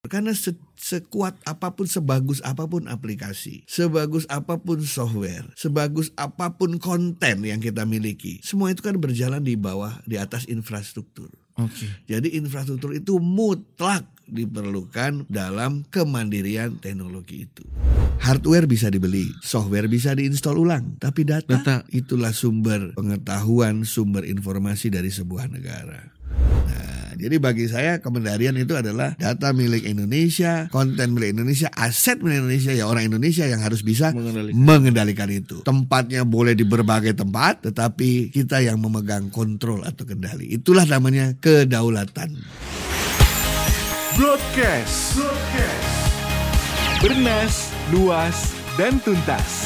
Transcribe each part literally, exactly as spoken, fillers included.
Karena se- sekuat apapun, sebagus apapun aplikasi, sebagus apapun software, sebagus apapun konten yang kita miliki, semua itu kan berjalan di bawah, di atas infrastruktur. Oke. Jadi infrastruktur itu mutlak diperlukan dalam kemandirian teknologi itu. Hardware bisa dibeli, software bisa diinstal ulang, tapi data, Data. itulah sumber pengetahuan, sumber informasi dari sebuah negara. Nah, jadi bagi saya kemandirian itu adalah data milik Indonesia, konten milik Indonesia, aset milik Indonesia, ya orang Indonesia yang harus bisa Mengendalikan. mengendalikan itu. Tempatnya boleh di berbagai tempat, tetapi kita yang memegang kontrol atau kendali. Itulah namanya kedaulatan. Broadcast. Broadcast. Bernas, luas, dan tuntas.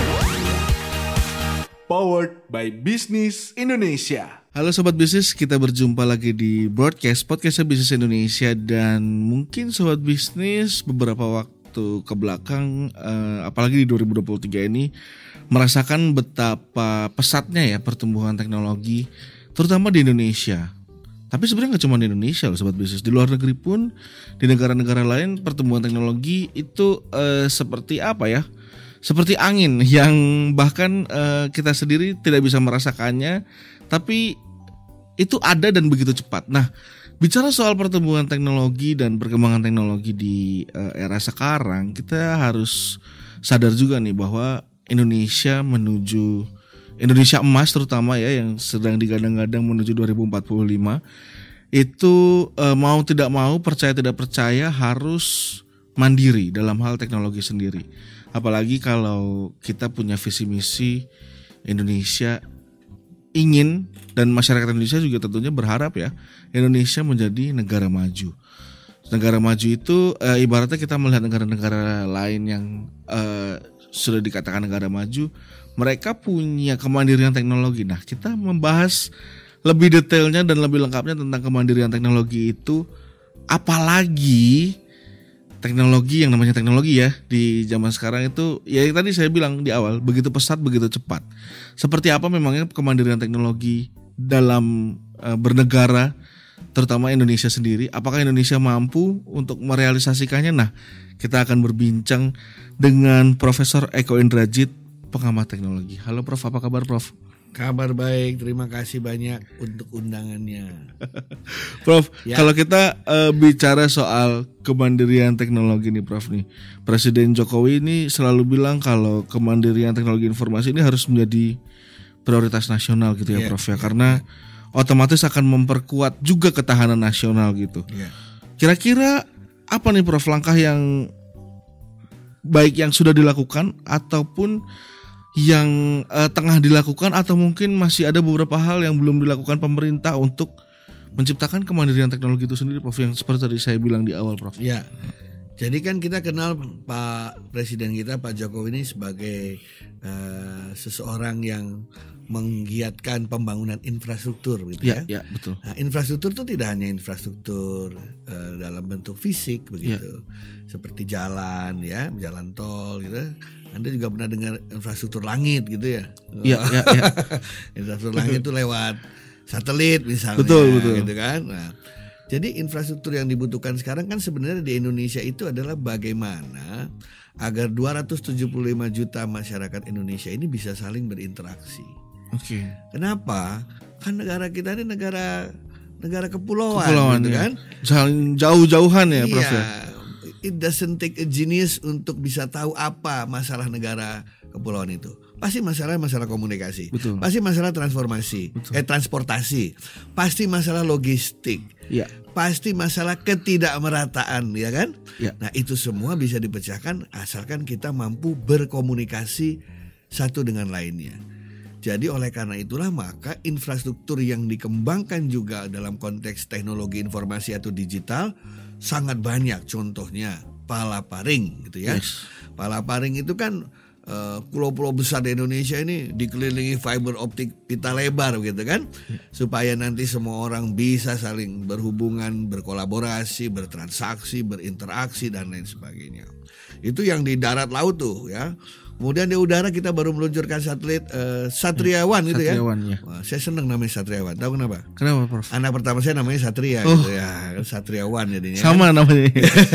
Powered by Bisnis Indonesia. Halo Sobat Bisnis, kita berjumpa lagi di Broadcast, Podcastnya Bisnis Indonesia. Dan mungkin Sobat Bisnis beberapa waktu ke belakang, eh, apalagi di dua ribu dua puluh tiga ini, merasakan betapa pesatnya ya pertumbuhan teknologi, terutama di Indonesia. Tapi sebenarnya gak cuma di Indonesia loh Sobat Bisnis, di luar negeri pun, di negara-negara lain pertumbuhan teknologi itu eh, seperti apa ya? Seperti angin yang bahkan eh, kita sendiri tidak bisa merasakannya, tapi itu ada dan begitu cepat. Nah, bicara soal pertumbuhan teknologi dan perkembangan teknologi di uh, era sekarang, kita harus sadar juga nih bahwa Indonesia menuju Indonesia emas terutama ya, yang sedang digadang-gadang menuju dua ribu empat puluh lima, itu uh, mau tidak mau, percaya tidak percaya harus mandiri dalam hal teknologi sendiri. Apalagi kalau kita punya visi misi Indonesia ingin, dan masyarakat Indonesia juga tentunya berharap ya, Indonesia menjadi negara maju. Negara maju itu e, ibaratnya kita melihat negara-negara lain yang e, sudah dikatakan negara maju, mereka punya kemandirian teknologi. Nah, kita membahas lebih detailnya dan lebih lengkapnya tentang kemandirian teknologi itu, apalagi teknologi yang namanya teknologi ya di zaman sekarang itu, ya yang tadi saya bilang di awal, begitu pesat, begitu cepat. Seperti apa memangnya kemandirian teknologi dalam uh, bernegara, terutama Indonesia sendiri? Apakah Indonesia mampu untuk merealisasikannya? Nah, kita akan berbincang dengan Profesor Eko Indrajit, pengamat teknologi. Halo Prof, apa kabar Prof? Kabar baik, terima kasih banyak untuk undangannya. Prof, Ya. kalau kita uh, bicara soal kemandirian teknologi nih Prof nih, Presiden Jokowi ini selalu bilang kalau kemandirian teknologi informasi ini harus menjadi prioritas nasional gitu ya, Ya, Prof ya, ya, karena otomatis akan memperkuat juga ketahanan nasional gitu. Ya. Kira-kira apa nih Prof langkah yang baik yang sudah dilakukan ataupun yang uh, tengah dilakukan, atau mungkin masih ada beberapa hal yang belum dilakukan pemerintah untuk menciptakan kemandirian teknologi itu sendiri, Prof, yang seperti tadi saya bilang di awal, Prof? Ya, jadi kan kita kenal Pak Presiden kita, Pak Jokowi ini sebagai uh, seseorang yang menggiatkan pembangunan infrastruktur, gitu Ya, ya. ya, betul. Nah, infrastruktur itu tidak hanya infrastruktur uh, dalam bentuk fisik, begitu, seperti jalan, ya, jalan tol, gitu. Anda juga pernah dengar infrastruktur langit gitu ya? Iya, iya, iya. Infrastruktur langit itu lewat satelit misalnya, Betul, betul. gitu kan. Nah, jadi infrastruktur yang dibutuhkan sekarang kan sebenarnya di Indonesia itu adalah bagaimana agar dua ratus tujuh puluh lima juta masyarakat Indonesia ini bisa saling berinteraksi. Oke. Kenapa? Kan negara kita ini negara negara kepulauan, Kepulauan gitu ya. kan? Jauh-jauhan ya, Prof Iya. ya. It doesn't take a genius untuk bisa tahu apa masalah negara kepulauan itu. Pasti masalah masalah komunikasi. Betul. Pasti masalah transformasi, Betul. eh transportasi. Pasti masalah logistik. Iya. Pasti masalah ketidakmerataan, ya kan? Ya. Nah, itu semua bisa dipecahkan asalkan kita mampu berkomunikasi satu dengan lainnya. Jadi oleh karena itulah maka infrastruktur yang dikembangkan juga dalam konteks teknologi informasi atau digital sangat banyak. Contohnya Palaparing gitu ya. Yes. Palaparing itu kan uh, pulau-pulau besar di Indonesia ini dikelilingi fiber optik pita lebar gitu kan, supaya nanti semua orang bisa saling berhubungan, berkolaborasi, bertransaksi, berinteraksi dan lain sebagainya. Itu yang di darat laut tuh ya. Kemudian di udara kita baru meluncurkan satelit uh, Satria One gitu ya. Satriawan, ya. Wah, saya senang namanya Satria One. Tahu kenapa? Kenapa, Prof? Anak pertama saya namanya Satria Oh. gitu ya. Satria One jadinya. Sama namanya.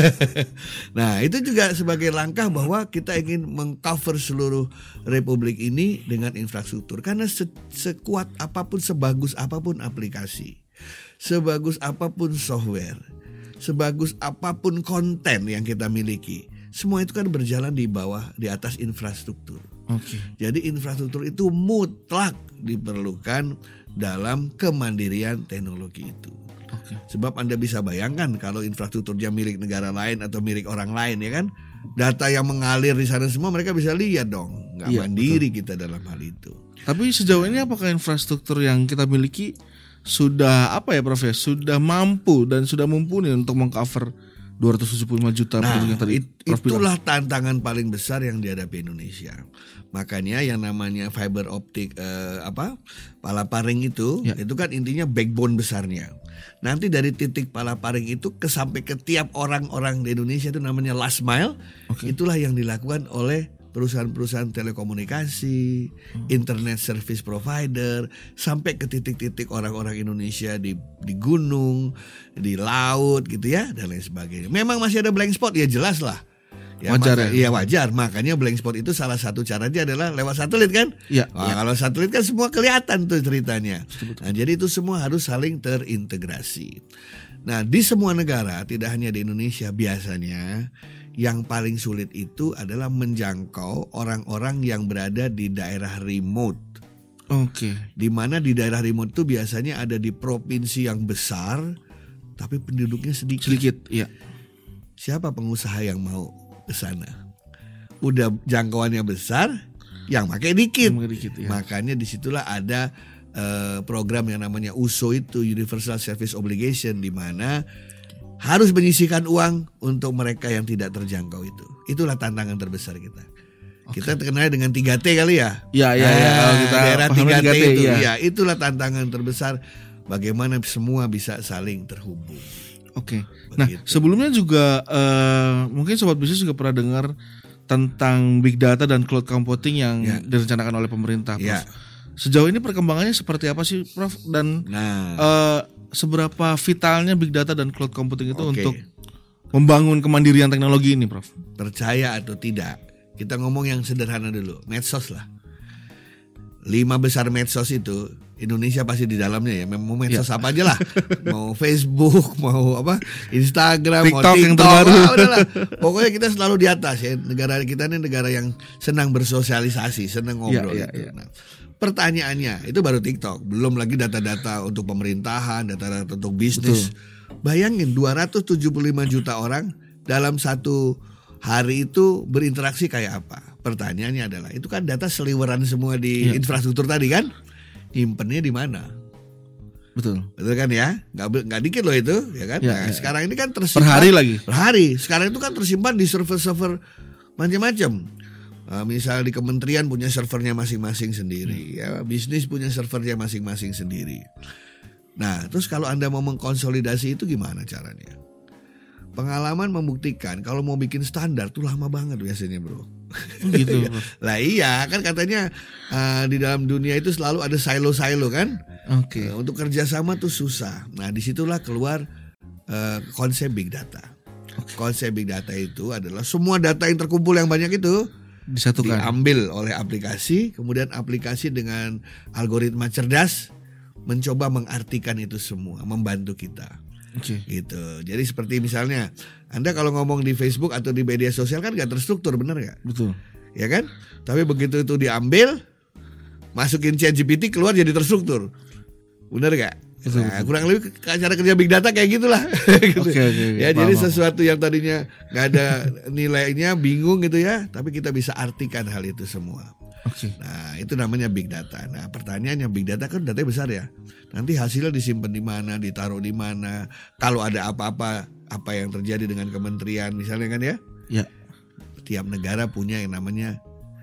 Nah, itu juga sebagai langkah bahwa kita ingin mengcover seluruh republik ini dengan infrastruktur. Karena se- sekuat apapun, sebagus apapun aplikasi, sebagus apapun software, sebagus apapun konten yang kita miliki, semua itu kan berjalan di bawah, di atas infrastruktur. Oke. Jadi infrastruktur itu mutlak diperlukan dalam kemandirian teknologi itu. Oke. Sebab Anda bisa bayangkan kalau infrastrukturnya milik negara lain atau milik orang lain ya kan, data yang mengalir di sana semua mereka bisa lihat dong. Nggak Iya, mandiri kita dalam hal itu. Tapi sejauh ini apakah infrastruktur yang kita miliki sudah apa ya, Prof ya? Sudah mampu dan sudah mumpuni untuk mengcover dua ratus tujuh puluh lima juta Nah, penduduk yang tadi it- Prof bilang? itulah tantangan paling besar yang dihadapi Indonesia. Makanya yang namanya fiber optik eh, apa palaparing itu, Ya. itu kan intinya backbone besarnya. Nanti dari titik palaparing itu ke sampai ke tiap orang-orang di Indonesia itu namanya last mile. Oke. Itulah yang dilakukan oleh perusahaan-perusahaan telekomunikasi, internet service provider, sampai ke titik-titik orang-orang Indonesia di di gunung, di laut gitu ya, dan lain sebagainya. Memang masih ada blank spot, ya jelas lah. Ya, Wajar maka- ya? Iya wajar, makanya blank spot itu salah satu caranya adalah lewat satelit kan. Iya, Wah, iya. kalau satelit kan semua kelihatan tuh ceritanya. Nah, jadi itu semua harus saling terintegrasi. Nah, di semua negara, tidak hanya di Indonesia, biasanya yang paling sulit itu adalah menjangkau orang-orang yang berada di daerah remote. Oke. Di mana di daerah remote itu biasanya ada di provinsi yang besar, tapi penduduknya sedikit. Sedikit, iya. Siapa pengusaha yang mau ke sana? Udah jangkauannya besar, yang pakai dikit. Yang pakai dikit, iya. Makanya disitulah ada eh, program yang namanya U S O itu, Universal Service Obligation, di mana harus menyisihkan uang untuk mereka yang tidak terjangkau itu. Itulah tantangan terbesar kita. Kita terkenal dengan tiga T kali ya. Ya, ya, ya. Nah, Kalau kita daerah pahami tiga T tiga T, itu. ya. Ya, itulah tantangan terbesar. Bagaimana semua bisa saling terhubung. Oke. Nah, Begitu. sebelumnya juga eh, mungkin sobat bisnis juga pernah dengar tentang big data dan cloud computing yang Ya. direncanakan oleh pemerintah, Prof. Ya. Sejauh ini perkembangannya seperti apa sih, Prof? Dan Nah, eh, seberapa vitalnya big data dan cloud computing itu Oke. untuk membangun kemandirian teknologi ini, Prof? percaya atau tidak, kita ngomong yang sederhana dulu, medsos lah. Lima besar medsos itu Indonesia pasti di dalamnya ya. Mau medsos Ya. apa aja lah, mau Facebook, mau apa, Instagram, mau TikTok TikTok, yang terbaru. ah, udahlah. Pokoknya kita selalu di atas ya. Negara kita ini negara yang senang bersosialisasi, senang ngobrol. Ya, ya, itu. ya. Nah, pertanyaannya itu baru TikTok, belum lagi data-data untuk pemerintahan, data-data untuk bisnis. Bayangin dua ratus tujuh puluh lima juta orang dalam satu hari itu berinteraksi kayak apa? Pertanyaannya adalah, itu kan data seliweran semua di Iya. infrastruktur tadi kan? Nyimpennya di mana? Betul. Betul kan ya? Nggak be- nggak dikit loh itu, ya kan? Ya, Nah, ya. sekarang ini kan Per tersimpan hari lagi. Per hari. Sekarang itu kan tersimpan di server-server macam-macam. Uh, misal di kementerian punya servernya masing-masing sendiri, ya, bisnis punya servernya masing-masing sendiri. Nah, terus kalau Anda mau mengkonsolidasi itu gimana caranya? Pengalaman membuktikan kalau mau bikin standar tuh lama banget biasanya, bro. Gitu, Prof. Lah iya, kan katanya uh, di dalam dunia itu selalu ada silo-silo kan. Oke. Uh, untuk kerjasama tuh susah. Nah, disitulah keluar uh, konsep big data. Konsep big data itu adalah semua data yang terkumpul yang banyak itu Disatukan. diambil oleh aplikasi, kemudian aplikasi dengan algoritma cerdas mencoba mengartikan itu semua, membantu kita. Oke. Gitu. Jadi seperti misalnya Anda kalau ngomong di Facebook atau di media sosial kan gak terstruktur, benar gak? Betul. Ya kan? Tapi begitu itu diambil, masukin ChatGPT, keluar jadi terstruktur. Benar gak? Betul, Nah, betul. kurang lebih cara kerja big data kayak gitulah. Gitu. Oke, oke, oke. Ya, Paham, jadi paham. sesuatu yang tadinya nggak ada nilainya, bingung gitu ya, tapi kita bisa artikan hal itu semua. Oke. Nah, itu namanya big data. Nah, pertanyaannya big data kan datanya besar ya. Nanti hasilnya disimpan di mana, ditaruh di mana. Kalau ada apa-apa, apa yang terjadi dengan kementerian misalnya kan ya. Ya. Tiap negara punya yang namanya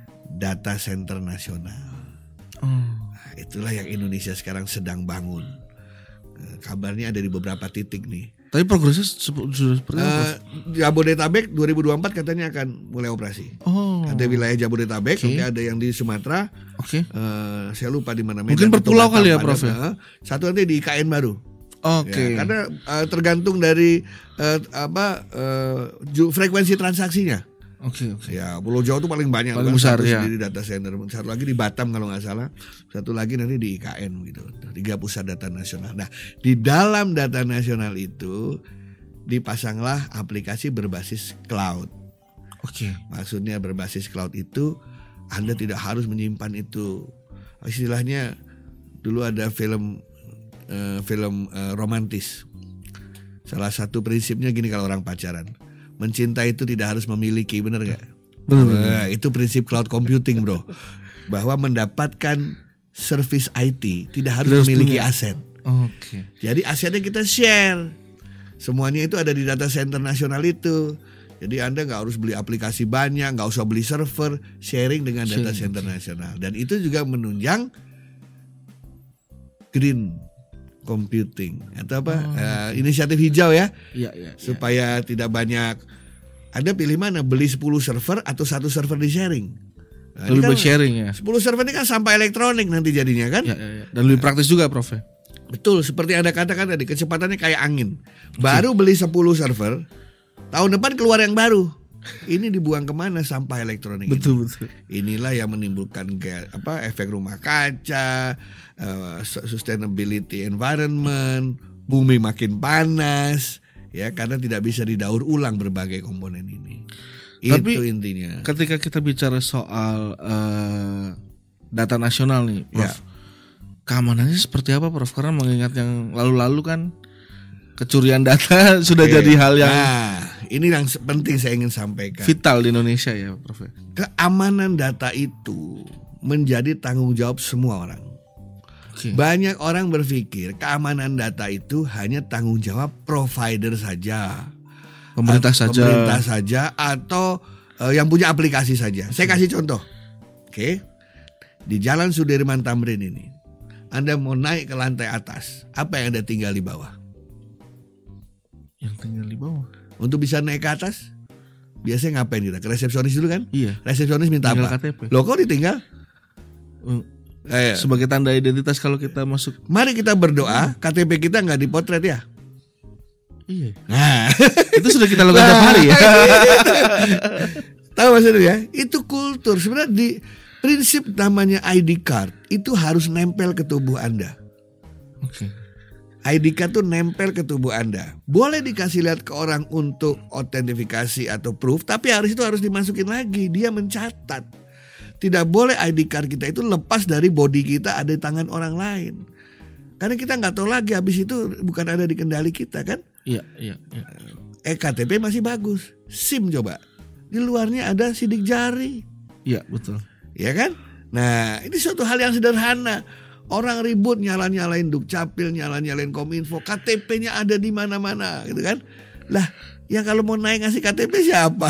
data center nasional. Oh. Nah, itulah yang Indonesia sekarang sedang bangun. Eh, Kabarnya ada di beberapa titik nih. Tapi progresnya sudah seperti apa? Uh, Jabodetabek dua ribu dua puluh empat katanya akan mulai operasi. Oh. Ada wilayah Jabodetabek, okay. nanti ada yang di Sumatera. Oke. Okay. Uh, saya lupa di mana. Mungkin per pulau kali ya, Prof. Uh, satu nanti di I K N baru. Oke. Okay. Ya, karena uh, tergantung dari uh, apa uh, frekuensi transaksinya. Oke. Okay, okay. Ya, Pulau Jawa itu paling banyak. Paling besar ya. Di data center. Satu lagi di Batam kalau nggak salah. Satu lagi nanti di I K N gitu. Tiga pusat data nasional. Nah, di dalam data nasional itu dipasanglah aplikasi berbasis cloud. Oke. Okay. Maksudnya berbasis cloud itu Anda tidak harus menyimpan itu. Istilahnya dulu ada film uh, film uh, romantis. Salah satu prinsipnya gini kalau orang pacaran. Mencintai itu tidak harus memiliki, benar nggak? Nah, itu prinsip cloud computing, bro. Bahwa mendapatkan service I T tidak harus Terus memiliki punya. aset. Oke. Okay. Jadi asetnya kita share. Semuanya itu ada di data center nasional itu. Jadi Anda nggak harus beli aplikasi banyak, nggak usah beli server, sharing dengan data sharing. center nasional. Dan itu juga menunjang green computing atau apa oh. uh, inisiatif hijau ya, ya, ya supaya ya. tidak banyak. Anda pilih mana, beli sepuluh server atau satu server di sharing. Nah, lebih kan sharing ya. sepuluh server ini kan sampah elektronik nanti jadinya kan. Ya, ya, ya. Dan lebih praktis juga, Prof. Betul, seperti Anda katakan tadi, kecepatannya kayak angin. Baru beli sepuluh server, tahun depan keluar yang baru. Ini dibuang kemana sampah elektronik betul, ini? Betul. Inilah yang menimbulkan apa efek rumah kaca, uh, sustainability environment, bumi makin panas, ya karena tidak bisa didaur ulang berbagai komponen ini. Tapi, itu intinya. Ketika kita bicara soal uh, data nasional nih, Prof, ya. Keamanannya seperti apa, Prof? Karena mengingat yang lalu-lalu kan kecurian data sudah Oke. jadi hal yang nah, ini yang penting saya ingin sampaikan. Vital di Indonesia ya, Prof. Keamanan data itu menjadi tanggung jawab semua orang. Okay. Banyak orang berpikir keamanan data itu hanya tanggung jawab provider saja, pemerintah saja, pemerintah saja atau uh, yang punya aplikasi saja. Okay. Saya kasih contoh. Oke, okay. Di Jalan Sudirman Tamrin ini, Anda mau naik ke lantai atas, apa yang Anda tinggal di bawah? Yang tinggal di bawah. Untuk bisa naik ke atas, biasanya ngapain kita? Ke resepsionis dulu kan? Iya. Resepsionis minta tinggal apa? K T P. Loh kok ditinggal? Uh, eh, sebagai tanda identitas kalau kita masuk. Mari kita berdoa, K T P kita nggak dipotret ya. Iya. Nah, itu sudah kita lakukan tiap hari ya. Tahu maksudnya ya? Itu kultur. Sebenarnya di prinsip namanya I D card itu harus nempel ke tubuh Anda. Oke. Okay. I D card tuh nempel ke tubuh Anda. Boleh dikasih lihat ke orang untuk autentifikasi atau proof, tapi harus itu harus dimasukin lagi. Dia mencatat. Tidak boleh I D card kita itu lepas dari body kita ada di tangan orang lain. Karena kita nggak tahu lagi habis itu bukan ada di kendali kita kan? Iya, iya, iya. E K T P masih bagus. SIM coba. Di luarnya ada sidik jari. Iya, betul. Iya kan? Nah, ini suatu hal yang sederhana. Orang ribut nyala-nyalain Dukcapil, nyala-nyalain Kominfo, K T P-nya ada di mana-mana gitu kan. Lah, yang kalau mau naik ngasih K T P siapa?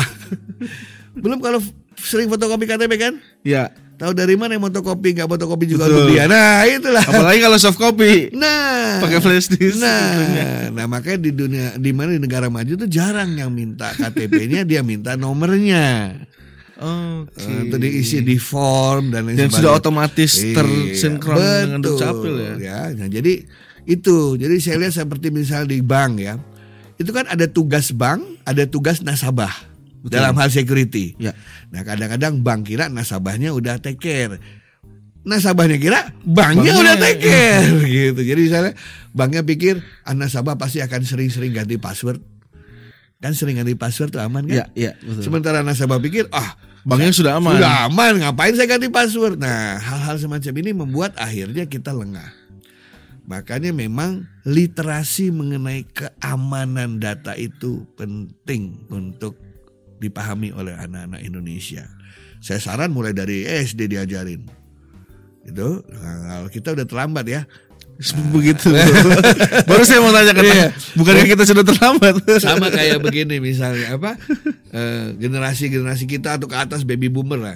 Belum kalau sering fotokopi K T P kan? Iya. Tahu dari mana yang fotokopi, enggak fotokopi juga untuk dia. Nah, itulah. Apalagi kalau soft copy. Nah, pakai flash disk. Nah, nah makanya di dunia di mana di negara maju tuh jarang yang minta K T P-nya, dia minta nomornya. Oke. Okay. Itu diisi di form dan lain dan sebagainya. Sudah otomatis tersinkron iya, dengan Dukcapil ya. Ya, nah jadi itu. Jadi saya lihat seperti misal di bank ya. Itu kan ada tugas bank, ada tugas nasabah. Betul. Dalam hal security. Ya. Nah, kadang-kadang bank kira nasabahnya udah take care. Nasabahnya kira banknya, banknya udah take care gitu. Jadi misalnya banknya pikir ah, nasabah pasti akan sering-sering ganti password. Kan sering ganti password tuh aman kan? Iya, iya, betul. Sementara nasabah pikir, ah, banknya sudah aman. Sudah aman, ngapain saya ganti password? Nah, hal-hal semacam ini membuat akhirnya kita lengah. Makanya memang literasi mengenai keamanan data itu penting untuk dipahami oleh anak-anak Indonesia. Saya saran mulai dari S D diajarin. Itu, nah, kita udah terlambat ya. Begitu. Baru saya mau tanya ke iya. Bukannya kita sudah terlambat. Sama kayak begini misalnya apa uh, generasi-generasi kita atau ke atas baby boomer lah.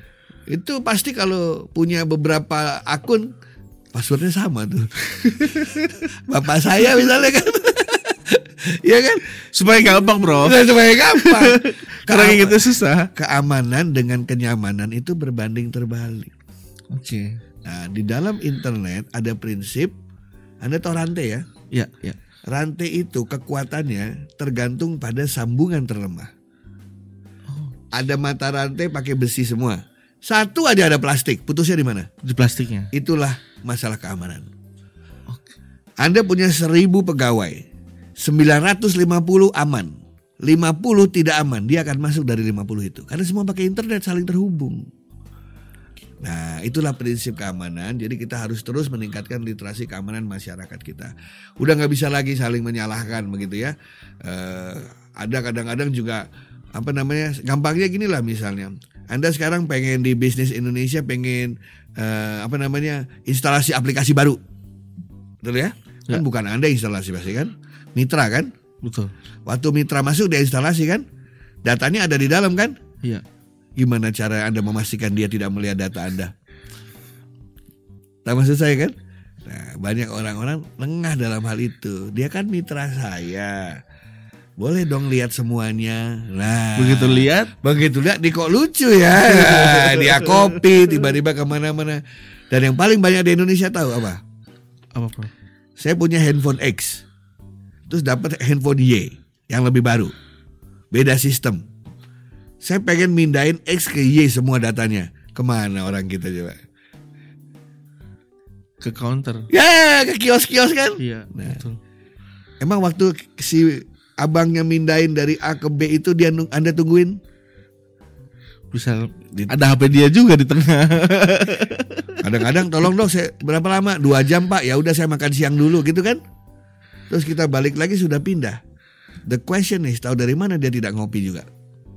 Itu pasti kalau punya beberapa akun passwordnya sama tuh. Bapak saya misalnya kan Ya kan? Supaya gampang, Bro. Nah, supaya gampang. Karena kayak gitu susah. Keamanan dengan kenyamanan itu berbanding terbalik. Oke. Okay. Nah, di dalam internet ada prinsip, Anda tahu rantai ya? Iya, iya. Rantai itu kekuatannya tergantung pada sambungan terlemah. Oh. Ada mata rantai pakai besi semua. Satu aja ada plastik, putusnya di mana? Di plastiknya. Itulah masalah keamanan. Oke. Anda punya seribu pegawai, sembilan ratus lima puluh aman, lima puluh tidak aman. Dia akan masuk dari lima puluh itu. Karena semua pakai internet, saling terhubung. Nah, itulah prinsip keamanan. Jadi kita harus terus meningkatkan literasi keamanan masyarakat kita. Udah nggak bisa lagi saling menyalahkan begitu ya. Eh, ada kadang-kadang juga apa namanya? Gampangnya gini lah misalnya. Anda sekarang pengen di bisnis Indonesia pengen eh, apa namanya? Instalasi aplikasi baru. Betul ya? Ya. Kan bukan Anda instalasi pasti kan? Mitra kan? Betul. Waktu mitra masuk dia instalasi kan? Datanya ada di dalam kan? Iya. Gimana cara Anda memastikan dia tidak melihat data Anda? Tahu maksud saya kan? Nah, banyak orang-orang lengah dalam hal itu. Dia kan mitra saya. Boleh dong lihat semuanya. Nah, Begitu lihat, begitu lihat, di kok lucu ya. Nah, dia copy tiba-tiba kemana-mana. Dan yang paling banyak di Indonesia tahu apa? apa, Bro? Saya punya handphone X, terus dapat handphone Y yang lebih baru. Beda sistem. Saya pengen mindahin X ke Y semua datanya. Kemana orang kita coba? Ke counter. Ya, ke kios-kios kan? Iya, Nah. betul. Emang waktu si abangnya mindahin dari A ke B itu dia Anda tungguin? Bisa ada H P dia juga di tengah. Kadang-kadang tolong dong, saya berapa lama? Dua jam Pak. Ya udah saya makan siang dulu gitu kan? Terus kita balik lagi sudah pindah. The question is, tahu dari mana dia tidak ngopi juga?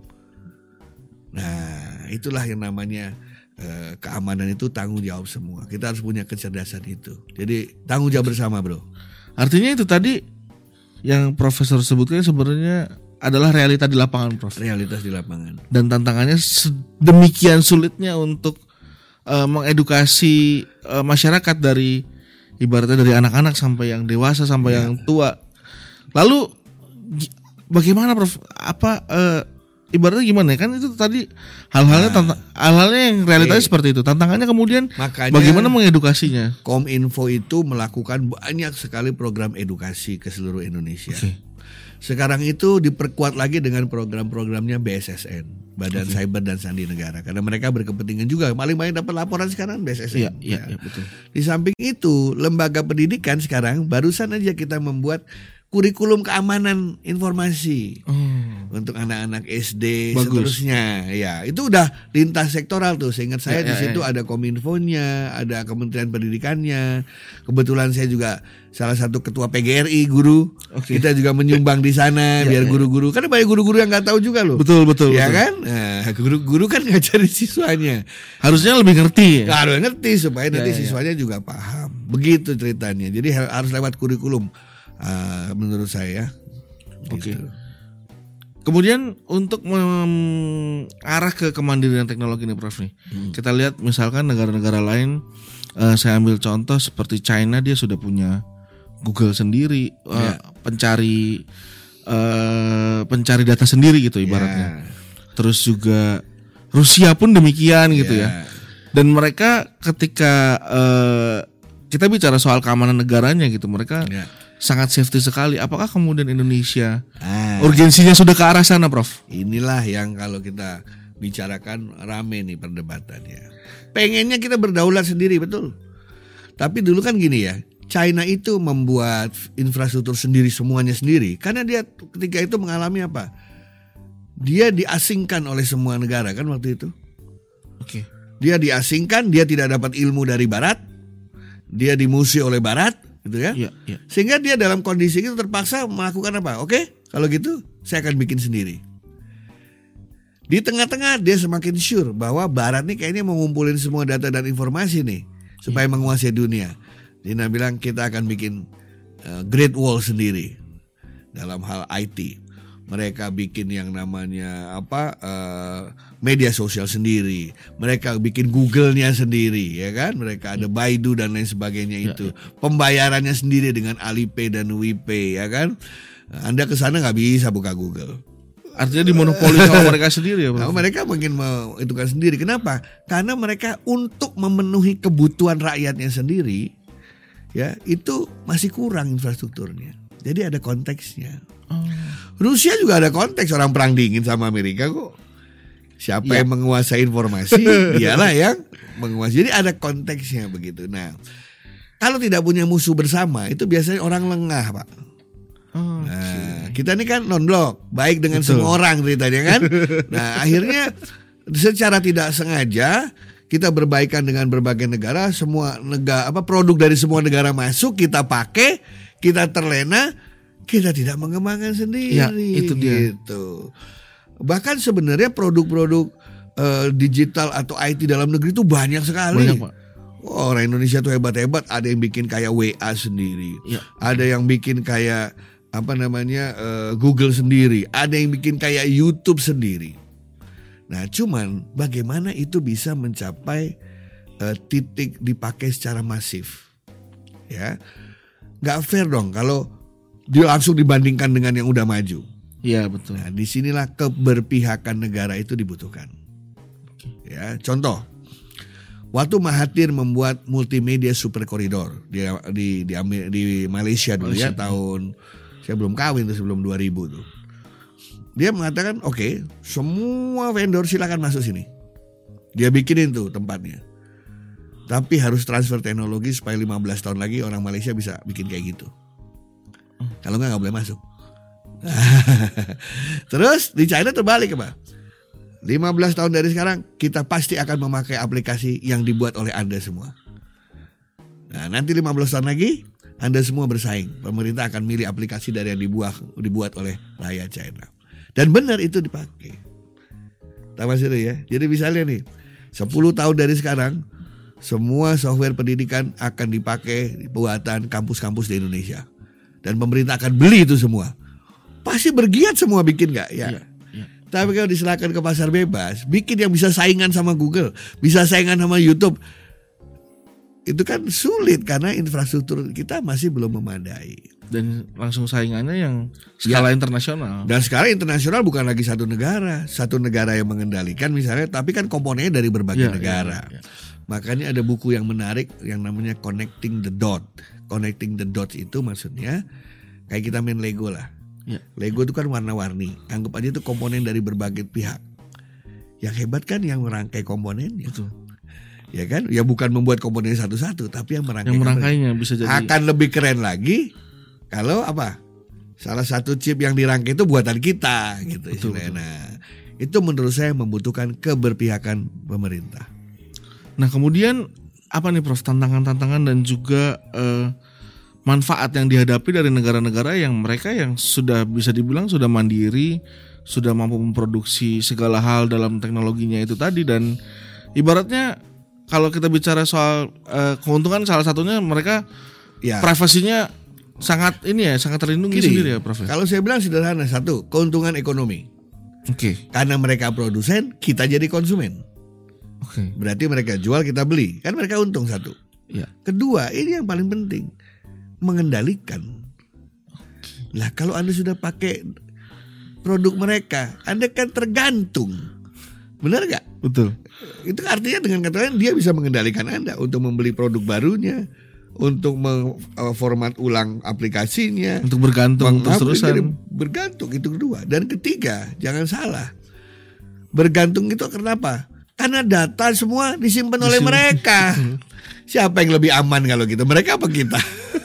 Nah, itulah yang namanya eh, keamanan itu tanggung jawab semua. Kita harus punya kecerdasan itu. Jadi tanggung jawab bersama, Bro. Artinya itu tadi yang Profesor sebutkan sebenarnya adalah realita di lapangan, Prof. Realitas di lapangan. Dan tantangannya sedemikian sulitnya untuk uh, mengedukasi uh, masyarakat dari ibaratnya dari anak-anak sampai yang dewasa sampai Ya. yang tua. Lalu gi- bagaimana, Prof? Apa uh, ibaratnya gimana ya? Kan itu tadi hal-halnya Nah. tanta- hal-halnya yang realitanya Oke. seperti itu. Tantangannya kemudian Makanya bagaimana mengedukasinya? Kominfo itu melakukan banyak sekali program edukasi ke seluruh Indonesia. Oke. Sekarang itu diperkuat lagi dengan program-programnya B S S N, Badan Oke. Cyber dan Sandi Negara, karena mereka berkepentingan juga. Paling banyak dapat laporan sekarang B S S N. Iya, iya, iya, betul. Di samping itu, lembaga pendidikan sekarang barusan aja kita membuat kurikulum keamanan informasi Oh. untuk anak-anak S D Bagus. seterusnya. Ya, itu udah lintas sektoral tuh. Seingat saya Ya, di ya, situ ya. ada Kominfonya, ada Kementerian Pendidikannya. Kebetulan saya juga salah satu ketua P G R I guru. Oke. Kita juga menyumbang di sana Ya, biar ya. guru-guru. Karena banyak guru-guru yang nggak tahu juga loh. Betul, betul, Ya betul. kan? Nah, guru-guru kan ngajarin siswanya. Harusnya lebih ngerti ya. Nah, harus ngerti supaya nanti Ya, ya, ya. siswanya juga paham. Begitu ceritanya. Jadi har- harus lewat kurikulum. Uh, menurut saya. Oke. Gitu. Kemudian untuk mengarah ke kemandirian teknologi nih, Prof nih. Hmm. Kita lihat misalkan negara-negara lain, eh, saya ambil contoh seperti China, dia sudah punya Google sendiri, eh, Ya. pencari eh, pencari data sendiri gitu ibaratnya. Ya. Terus juga Rusia pun demikian gitu ya. Dan mereka ketika eh, kita bicara soal keamanan negaranya gitu, mereka Ya. sangat safety sekali. Apakah kemudian Indonesia Ah, urgensinya sudah ke arah sana, Prof? inilah yang kalau kita bicarakan rame nih perdebatannya. Pengennya kita berdaulat sendiri, betul. Tapi dulu kan gini ya, China itu membuat infrastruktur sendiri semuanya sendiri karena dia ketika itu mengalami apa? Dia diasingkan oleh semua negara kan waktu itu. Oke. Dia diasingkan, dia tidak dapat ilmu dari barat. Dia dimusuhi oleh barat, gitu ya. Iya, iya. Sehingga dia dalam kondisi itu terpaksa melakukan apa? Oke, kalau gitu saya akan bikin sendiri. Di tengah-tengah dia semakin sure bahwa barat nih kayaknya mau ngumpulin semua data dan informasi nih supaya menguasai dunia. Dia bilang kita akan bikin uh, Great Wall sendiri dalam hal I T. Mereka bikin yang namanya apa uh, media sosial sendiri. Mereka bikin Google-nya sendiri, ya kan? Mereka ada Baidu dan lain sebagainya itu. Pembayarannya sendiri dengan Alipay dan WePay, ya kan? Anda ke sana nggak bisa buka Google. Artinya dimonopoli sama mereka sendiri ya, Prof? Nah, mereka mungkin menghitungkan sendiri. Kenapa? Karena mereka untuk memenuhi kebutuhan rakyatnya sendiri, ya itu masih kurang infrastrukturnya. Jadi ada konteksnya. Oh. Rusia juga ada konteks, orang perang dingin sama Amerika kok. Siapa ya. yang menguasai informasi, dialah yang menguasai. Jadi ada konteksnya begitu. Nah, kalau tidak punya musuh bersama, itu biasanya orang lengah, Pak. Oh, nah, okay. Kita ini kan non-blok, baik dengan Betul. semua orang ceritanya kan. Nah, akhirnya secara tidak sengaja kita berbaikan dengan berbagai negara, semua negara apa produk dari semua negara masuk kita pakai, kita terlena, kita tidak mengembangkan sendiri. Ya, itu dia. Gitu. Bahkan sebenarnya produk-produk uh, digital atau I T dalam negeri itu banyak sekali. Banyak, Pak. Oh, orang Indonesia tuh hebat-hebat. Ada yang bikin kayak W A sendiri, ya. Ada yang bikin kayak apa namanya uh, Google sendiri, ada yang bikin kayak YouTube sendiri. Nah, cuman bagaimana itu bisa mencapai uh, titik dipakai secara masif, ya? Nggak fair dong kalau dia langsung dibandingkan dengan yang udah maju. Iya betul. Nah, disinilah keberpihakan negara itu dibutuhkan. Ya, contoh. Waktu Mahathir membuat multimedia super koridor di di di, di Malaysia dulu Malaysia. ya tahun saya belum kawin tuh sebelum dua ribu tuh. Dia mengatakan oke, okay, semua vendor silakan masuk sini. Dia bikinin tuh tempatnya. Tapi harus transfer teknologi supaya lima belas tahun lagi orang Malaysia bisa bikin kayak gitu. Kalau enggak enggak boleh masuk. Terus di China terbalik apa? lima belas tahun dari sekarang kita pasti akan memakai aplikasi yang dibuat oleh Anda semua. Nah, nanti lima belas tahun lagi Anda semua bersaing. Pemerintah akan milih aplikasi dari yang dibuat dibuat oleh rakyat China. Dan benar itu dipakai. Tahu maksudnya ya? Jadi misalnya nih, sepuluh tahun dari sekarang semua software pendidikan akan dipakai buatan kampus-kampus di Indonesia. Dan pemerintah akan beli itu semua. Pasti bergiat semua bikin gak? Ya. Ya, ya. Tapi kalau diserahkan ke pasar bebas, bikin yang bisa saingan sama Google, bisa saingan sama YouTube, itu kan sulit karena infrastruktur kita masih belum memadai. Dan langsung saingannya yang skala ya. internasional. Dan skala internasional bukan lagi satu negara, satu negara yang mengendalikan misalnya, tapi kan komponennya dari berbagai ya, negara. Ya, ya. Makanya ada buku yang menarik yang namanya Connecting the Dot. Connecting the Dots itu maksudnya kayak kita main Lego lah. Ya. Lego itu kan warna-warni. Anggap aja itu komponen dari berbagai pihak. Yang hebat kan yang merangkai komponennya. Betul. Ya kan? Ya bukan membuat komponen satu-satu, tapi yang merangkai. Yang merangkainya bisa jadi. Akan lebih keren lagi kalau apa? Salah satu chip yang dirangkai itu buatan kita, gitu. Betul, betul. Nah, itu menurut saya membutuhkan keberpihakan pemerintah. Nah, kemudian apa nih Prof tantangan-tantangan dan juga eh, manfaat yang dihadapi dari negara-negara yang mereka yang sudah bisa dibilang sudah mandiri, sudah mampu memproduksi segala hal dalam teknologinya itu tadi, dan ibaratnya kalau kita bicara soal uh, keuntungan salah satunya mereka ya. privasinya sangat ini ya, sangat terlindungi Gini, sendiri ya Prof. Kalau saya bilang sederhana, satu, keuntungan ekonomi. Oke. Okay. Karena mereka produsen, kita jadi konsumen. Oke. Okay. Berarti mereka jual, kita beli. Kan mereka untung satu. Ya. Kedua, ini yang paling penting, mengendalikan. Okay. Lah kalau Anda sudah pakai produk mereka, Anda kan tergantung. Benar gak? Betul. Itu artinya dengan kata lain dia bisa mengendalikan Anda untuk membeli produk barunya, untuk memformat ulang aplikasinya, untuk bergantung terus-terusan. Bergantung itu kedua. Dan ketiga, jangan salah, bergantung itu kenapa? Karena data semua disimpan oleh mereka. Siapa yang lebih aman kalau gitu? Mereka apa kita?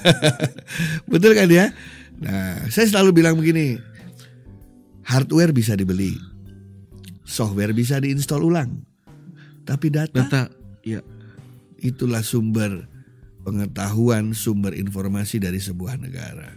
Betul kan ya? Nah, saya selalu bilang begini, hardware bisa dibeli, software bisa diinstal ulang, tapi data, data ya. Itulah sumber pengetahuan, sumber informasi dari sebuah negara.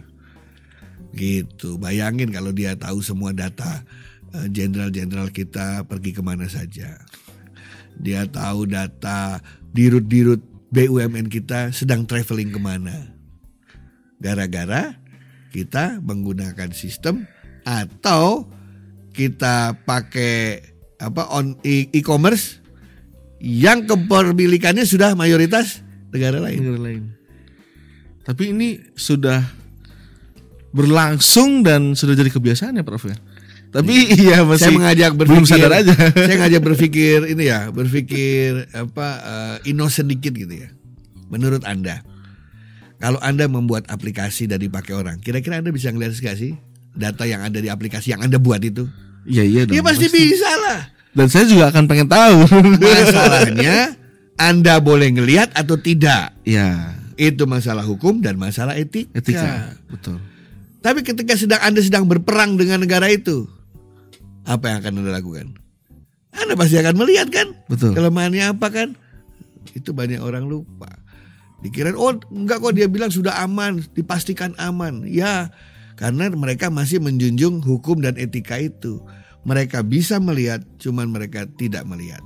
Gitu. Bayangin kalau dia tahu semua data jenderal-jenderal uh, kita pergi kemana saja. Dia tahu data dirut-dirut B U M N kita sedang traveling kemana. Gara-gara kita menggunakan sistem atau kita pakai apa on e-commerce yang kepemilikannya sudah mayoritas negara lain. Negara lain. Tapi ini sudah berlangsung dan sudah jadi kebiasaan ya Prof ya. Tapi iya masih saya mengajak berpikir, belum sadar aja. Saya ngajak berpikir ini ya, berpikir apa uh, innocent dikit gitu ya. Menurut Anda, kalau Anda membuat aplikasi dan dipakai orang, kira-kira Anda bisa ngeliat gak sih data yang ada di aplikasi yang Anda buat itu? Iya iya dong. Ya pasti, pasti bisa lah. Dan saya juga akan pengen tahu. Masalahnya Anda boleh ngelihat atau tidak. Ya. Itu masalah hukum dan masalah etika. Etika, betul. Tapi ketika sedang Anda sedang berperang dengan negara itu, apa yang akan Anda lakukan? Anda pasti akan melihat kan? Betul. Kelemahannya apa kan? Itu banyak orang lupa. Dikirain oh enggak kok, dia bilang sudah aman, dipastikan aman. Ya, karena mereka masih menjunjung hukum dan etika itu. Mereka bisa melihat, cuman mereka tidak melihat.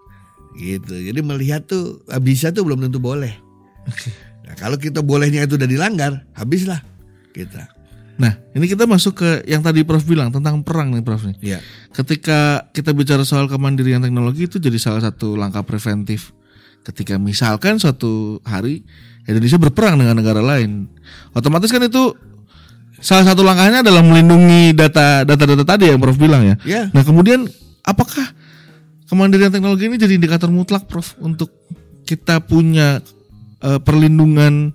Gitu. Jadi melihat tuh bisa tuh belum tentu boleh. Nah, kalau kita bolehnya itu udah dilanggar, habislah kita. Nah, ini kita masuk ke yang tadi Prof bilang tentang perang nih Prof nih. Iya. Ketika kita bicara soal kemandirian teknologi itu jadi salah satu langkah preventif. Ketika misalkan suatu hari Indonesia berperang dengan negara lain, otomatis kan itu salah satu langkahnya adalah melindungi data data-data tadi yang Prof bilang ya. Iya. Nah, kemudian apakah kemandirian teknologi ini jadi indikator mutlak Prof untuk kita punya uh, perlindungan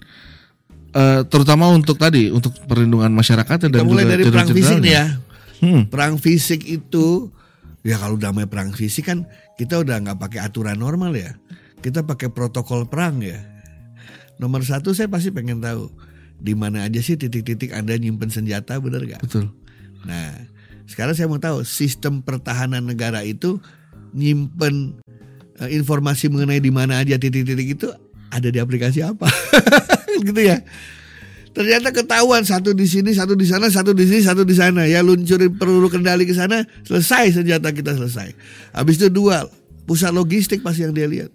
uh, terutama untuk tadi untuk perlindungan masyarakat dan kita mulai juga dari perang fisik nih ya. Hmm. Perang fisik itu ya kalau damai perang fisik kan kita udah nggak pakai aturan normal ya. Kita pakai protokol perang ya. Nomor satu saya pasti pengen tahu di mana aja sih titik-titik Anda nyimpen senjata, benar gak? Betul. Nah, sekarang saya mau tahu sistem pertahanan negara itu nyimpen uh, informasi mengenai di mana aja titik-titik itu ada di aplikasi apa, gitu ya. Ternyata ketahuan satu di sini, satu di sana, satu di sini, satu di sana. Ya luncurin peluru kendali ke sana, selesai senjata kita selesai. Habis itu dua pusat logistik pasti yang dia lihat.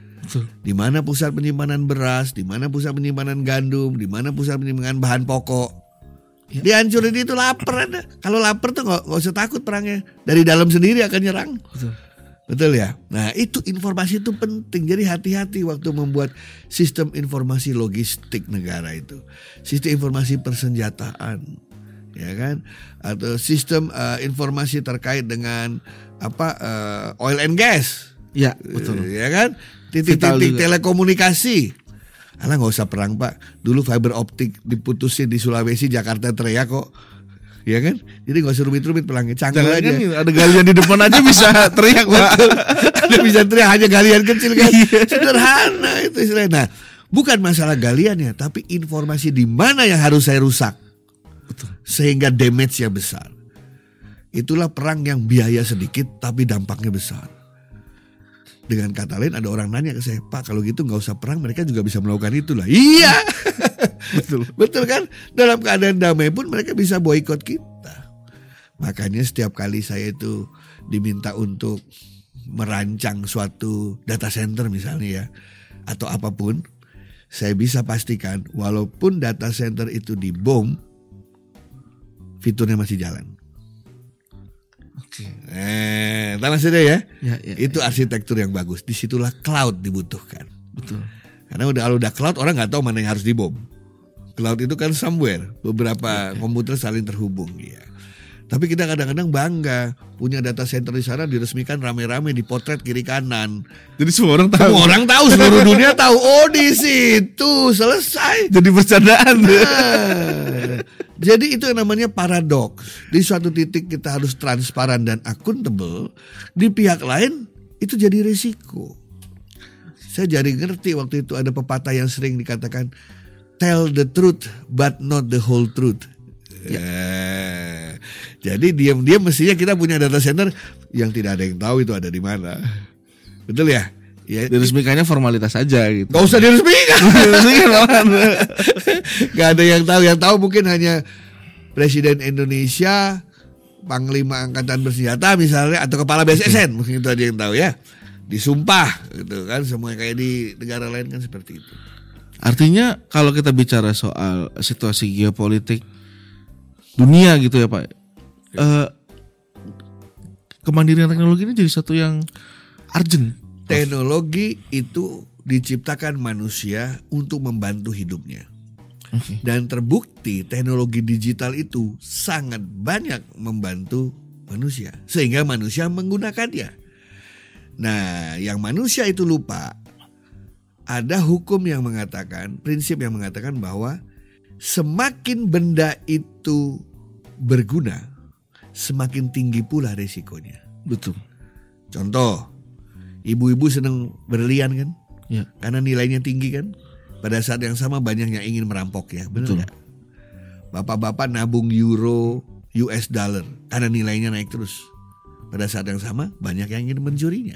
Di mana pusat penyimpanan beras, di mana pusat penyimpanan gandum, di mana pusat penyimpanan bahan pokok. Ya. Dihancurin itu lapar Anda. Kalau lapar tuh nggak usah takut perangnya. Dari dalam sendiri akan nyerang. Betul. Betul ya. Nah itu informasi itu penting. Jadi hati-hati waktu membuat sistem informasi logistik negara itu, sistem informasi persenjataan, ya kan? Atau sistem uh, informasi terkait dengan apa uh, oil and gas. Ya betul. Uh, ya kan? Titik-titik telekomunikasi. Alah nggak usah perang Pak. Dulu fiber optik diputusin di Sulawesi, Jakarta teriak kok. Ya kan? Jadi nggak usah rumit-rumit pelangnya. Canggih aja. Kan ada galian di depan aja bisa teriak Pak. Ada bisa teriak hanya galian kecil kan. Sederhana itu istilahnya. Nah, bukan masalah galiannya, tapi informasi di mana yang harus saya rusak. Betul. Sehingga damage-nya besar. Itulah perang yang biaya sedikit tapi dampaknya besar. Dengan kata lain ada orang nanya ke saya, Pak kalau gitu gak usah perang, mereka juga bisa melakukan itu lah. Iya. Betul. Betul kan? Dalam keadaan damai pun mereka bisa boikot kita. Makanya setiap kali saya itu diminta untuk merancang suatu data center misalnya ya, atau apapun, saya bisa pastikan walaupun data center itu dibom, fiturnya masih jalan. Oke. Eh, tahu maksudnya ya? Ya, ya, itu ya. arsitektur yang bagus. Disitulah cloud dibutuhkan. Betul. Karena udah kalau udah cloud orang nggak tahu mana yang harus dibom. Cloud itu kan somewhere, beberapa ya, komputer saling terhubung ya. Tapi kita kadang-kadang bangga punya data center di sana, diresmikan rame-rame, dipotret kiri kanan. Jadi semua orang tahu. Semua orang tahu, seluruh dunia tahu. Oh di situ selesai. Jadi bercandaan. Nah, jadi itu yang namanya paradoks. Di suatu titik kita harus transparan dan akuntabel. Di pihak lain itu jadi risiko. Saya jadi ngerti waktu itu ada pepatah yang sering dikatakan, tell the truth but not the whole truth. Ya. Eh, jadi diam-diam mestinya kita punya data center yang tidak ada yang tahu itu ada di mana. Betul ya? Ya, diresmikannya formalitas aja gitu. Gak usah diresmikan. Gak ada yang tahu. Yang tahu mungkin hanya Presiden Indonesia, Panglima Angkatan Bersenjata misalnya, atau Kepala B S S N. Mungkin itu aja yang tahu ya. Disumpah gitu kan. Semua kayak di negara lain kan seperti itu. Artinya kalau kita bicara soal situasi geopolitik dunia gitu ya Pak, ya. Uh, kemandirian teknologi ini jadi satu yang urgent. Teknologi itu diciptakan manusia untuk membantu hidupnya. Okay. Dan terbukti teknologi digital itu sangat banyak membantu manusia sehingga manusia menggunakannya. Nah, yang manusia itu lupa, ada hukum yang mengatakan, prinsip yang mengatakan bahwa semakin benda itu berguna, semakin tinggi pula resikonya. Betul. Contoh, ibu-ibu senang berlian kan? Ya. Karena nilainya tinggi kan? Pada saat yang sama banyak yang ingin merampok ya, benar nggak? Bapak-bapak nabung euro, U S dollar karena nilainya naik terus. Pada saat yang sama banyak yang ingin mencurinya.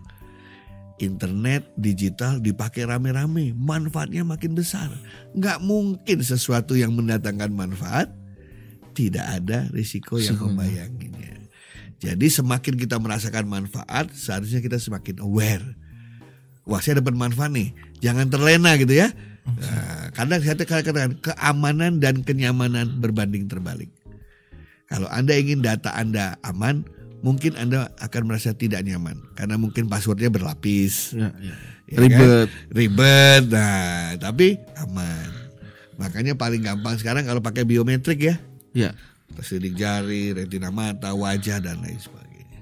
Internet digital dipakai rame-rame, manfaatnya makin besar. Nggak mungkin sesuatu yang mendatangkan manfaat tidak ada risiko yang membayanginya. Jadi semakin kita merasakan manfaat, seharusnya kita semakin aware. Wah, saya dapat manfaat nih, jangan terlena gitu ya. Nah, kadang saya katakan keamanan dan kenyamanan berbanding terbalik. Kalau Anda ingin data Anda aman, mungkin Anda akan merasa tidak nyaman karena mungkin passwordnya berlapis, ya, ya. Ya ribet, kan? ribet. Nah, tapi aman. Makanya paling gampang sekarang kalau pakai biometrik ya, ya, sidik jari, retina mata, wajah dan lain sebagainya.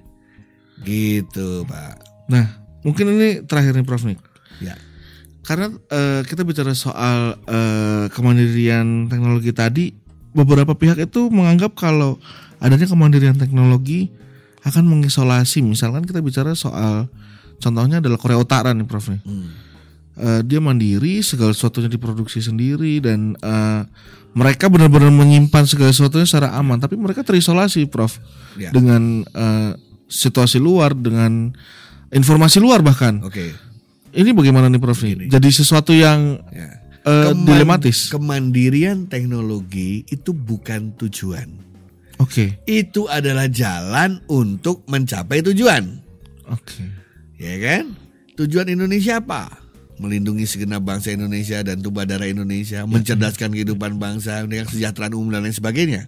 Gitu, Pak. Nah, mungkin ini terakhir nih Prof Nik. Ya. Karena uh, kita bicara soal uh, kemandirian teknologi tadi, beberapa pihak itu menganggap kalau adanya kemandirian teknologi akan mengisolasi. Misalkan kita bicara soal, contohnya adalah Korea Utara nih Prof nih. Hmm. Uh, dia mandiri, segala sesuatunya diproduksi sendiri dan uh, mereka benar-benar menyimpan segala sesuatunya secara aman. Tapi mereka terisolasi Prof ya. Dengan uh, situasi luar, dengan informasi luar bahkan. Oke. Okay. Ini bagaimana nih Prof nih? Jadi sesuatu yang ya. uh, Keman- dilematis. Kemandirian teknologi itu bukan tujuan. Oke. Okay. Itu adalah jalan untuk mencapai tujuan. Oke. Okay. Ya kan? Tujuan Indonesia apa? Melindungi segenap bangsa Indonesia dan tuba darah Indonesia, ya, mencerdaskan ya. kehidupan bangsa dengan kesejahteraan umum dan lain sebagainya.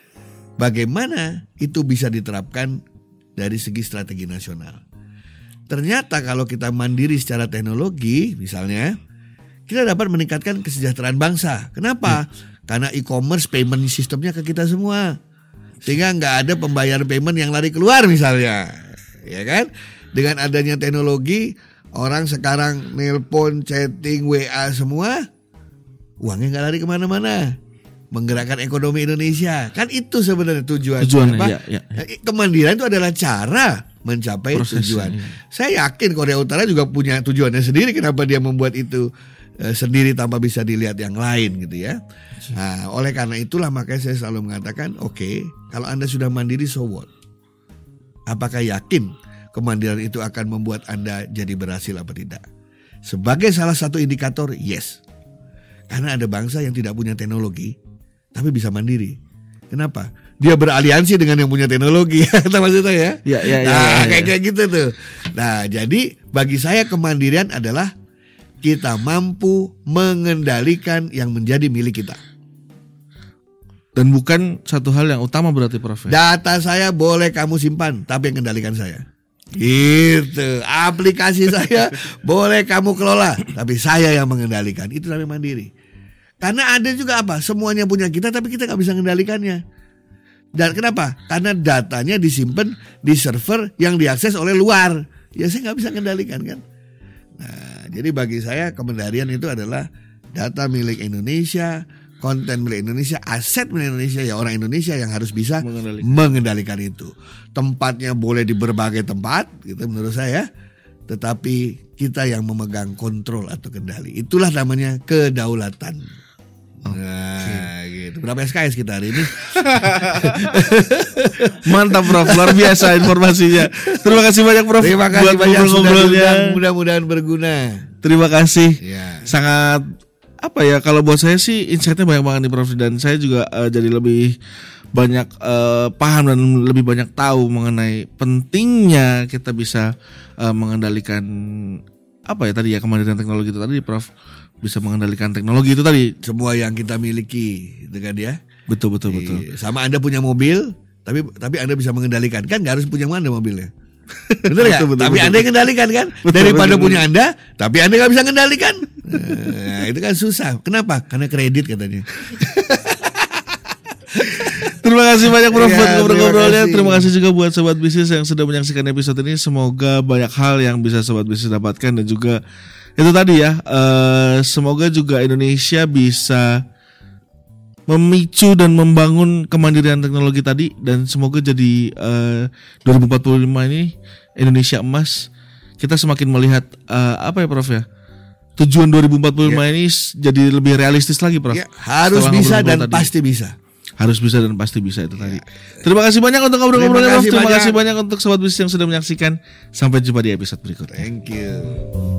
Bagaimana itu bisa diterapkan dari segi strategi nasional? Ternyata kalau kita mandiri secara teknologi, misalnya, kita dapat meningkatkan kesejahteraan bangsa. Kenapa? Ya. Karena e-commerce payment sistemnya ke kita semua. Sehingga nggak ada pembayaran payment yang lari keluar misalnya, ya kan? Dengan adanya teknologi, orang sekarang nelpon, chatting, W A semua, uangnya nggak lari kemana-mana, menggerakkan ekonomi Indonesia. Kan itu sebenarnya tujuan. Tujuannya, ya, ya, ya. Kemandirian itu adalah cara mencapai prosesnya, tujuan. Ya. Saya yakin Korea Utara juga punya tujuannya sendiri. Kenapa dia membuat itu eh, sendiri tanpa bisa dilihat yang lain gitu ya? Nah, oleh karena itulah makanya saya selalu mengatakan, oke, okay, kalau Anda sudah mandiri, so what? Apakah yakin kemandirian itu akan membuat Anda jadi berhasil apa tidak? Sebagai salah satu indikator, yes. Karena ada bangsa yang tidak punya teknologi, tapi bisa mandiri. Kenapa? Dia beraliansi dengan yang punya teknologi. Kata maksudnya ya? Ya, ya, ya, nah, ya, ya. kayak kayak gitu tuh. Nah, jadi bagi saya kemandirian adalah kita mampu mengendalikan yang menjadi milik kita. Dan bukan satu hal yang utama berarti Prof. Data saya boleh kamu simpan, tapi yang kendalikan saya. Gitu. Aplikasi saya boleh kamu kelola, tapi saya yang mengendalikan. Itu namanya mandiri. Karena ada juga apa? Semuanya punya kita, tapi kita nggak bisa mengendalikannya. Dan kenapa? Karena datanya disimpan di server yang diakses oleh luar. Ya saya nggak bisa mengendalikan kan. Nah, jadi bagi saya kemandirian itu adalah data milik Indonesia, konten milik Indonesia, aset milik Indonesia, ya orang Indonesia yang harus bisa mengendalikan, mengendalikan itu. Tempatnya boleh di berbagai tempat, gitu menurut saya, tetapi kita yang memegang kontrol atau kendali. Itulah namanya kedaulatan. Okay. Nah, gitu. Berapa S K S kita hari ini? Mantap Prof, luar biasa informasinya. Terima kasih banyak Prof. Terima kasih banyak sudah diundang, mudah-mudahan berguna. Terima kasih. Ya. Sangat apa ya, kalau buat saya sih insight-nya banyak banget nih Prof, dan saya juga uh, jadi lebih banyak uh, paham dan lebih banyak tahu mengenai pentingnya kita bisa uh, mengendalikan apa ya tadi ya, kemandirian teknologi itu tadi Prof, bisa mengendalikan teknologi itu tadi, semua yang kita miliki, itu kan ya. Betul betul betul. Sama Anda punya mobil, tapi tapi Anda bisa mengendalikan, kan nggak harus punya mana mobilnya. Betul ya? Betul, betul, Tapi betul. Anda yang kendalikan kan? Betul, Daripada betul, punya Anda, tapi Anda nggak bisa kendalikan. Nah, itu kan susah. Kenapa? Karena kredit katanya. Terima kasih banyak Prof Ya, buat ngobrol-ngobrolnya. terima kasih. Terima kasih juga buat sobat bisnis yang sudah menyaksikan episode ini. Semoga banyak hal yang bisa sobat bisnis dapatkan dan juga itu tadi ya. Uh, semoga juga Indonesia bisa memicu dan membangun kemandirian teknologi tadi dan semoga jadi uh, dua ribu empat puluh lima ini Indonesia emas. Kita semakin melihat uh, apa ya Prof ya? Tujuan dua ribu empat puluh lima Ya. ini jadi lebih realistis lagi Prof. Ya, harus Setelah bisa ngobrol-ngobrol dan tadi. pasti bisa. Harus bisa dan pasti bisa itu tadi. Terima kasih banyak untuk ngobrol-ngobrolnya Terima Prof. kasih Terima banyak. kasih banyak untuk sobat bisnis yang sudah menyaksikan. Sampai jumpa di episode berikutnya. Thank you.